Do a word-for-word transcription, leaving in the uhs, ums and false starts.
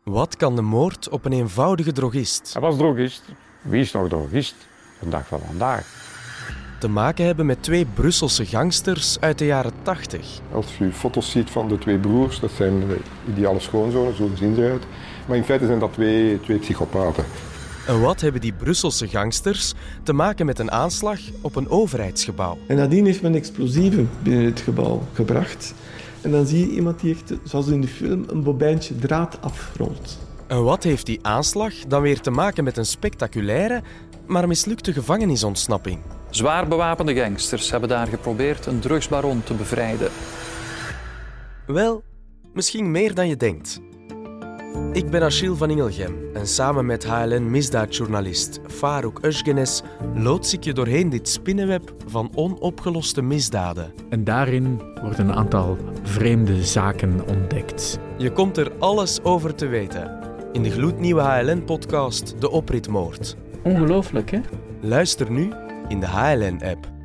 Wat kan de moord op een eenvoudige drogist Hij was drogist. Wie is nog drogist? Een dag van vandaag. te maken hebben met twee Brusselse gangsters uit de jaren tachtig? Als je foto's ziet van de twee broers, dat zijn de ideale schoonzonen, zo zien ze eruit. Maar in feite zijn dat twee, twee psychopaten. En wat hebben die Brusselse gangsters te maken met een aanslag op een overheidsgebouw? En nadien heeft men explosieven binnen het gebouw gebracht. En dan zie je iemand die echt, zoals in de film, een bobijntje draad afrolt. En wat heeft die aanslag dan weer te maken met een spectaculaire, maar mislukte gevangenisontsnapping? Zwaar bewapende gangsters hebben daar geprobeerd een drugsbaron te bevrijden. Wel, misschien meer dan je denkt. Ik ben Achille van Ingelgem en samen met H L N-misdaadjournalist Farouk Özgenes loods ik je doorheen dit spinnenweb van onopgeloste misdaden. En daarin worden een aantal vreemde zaken ontdekt. Je komt er alles over te weten in de gloednieuwe H L N-podcast De Opritmoord. Ongelooflijk, hè? Luister nu in de H L N-app.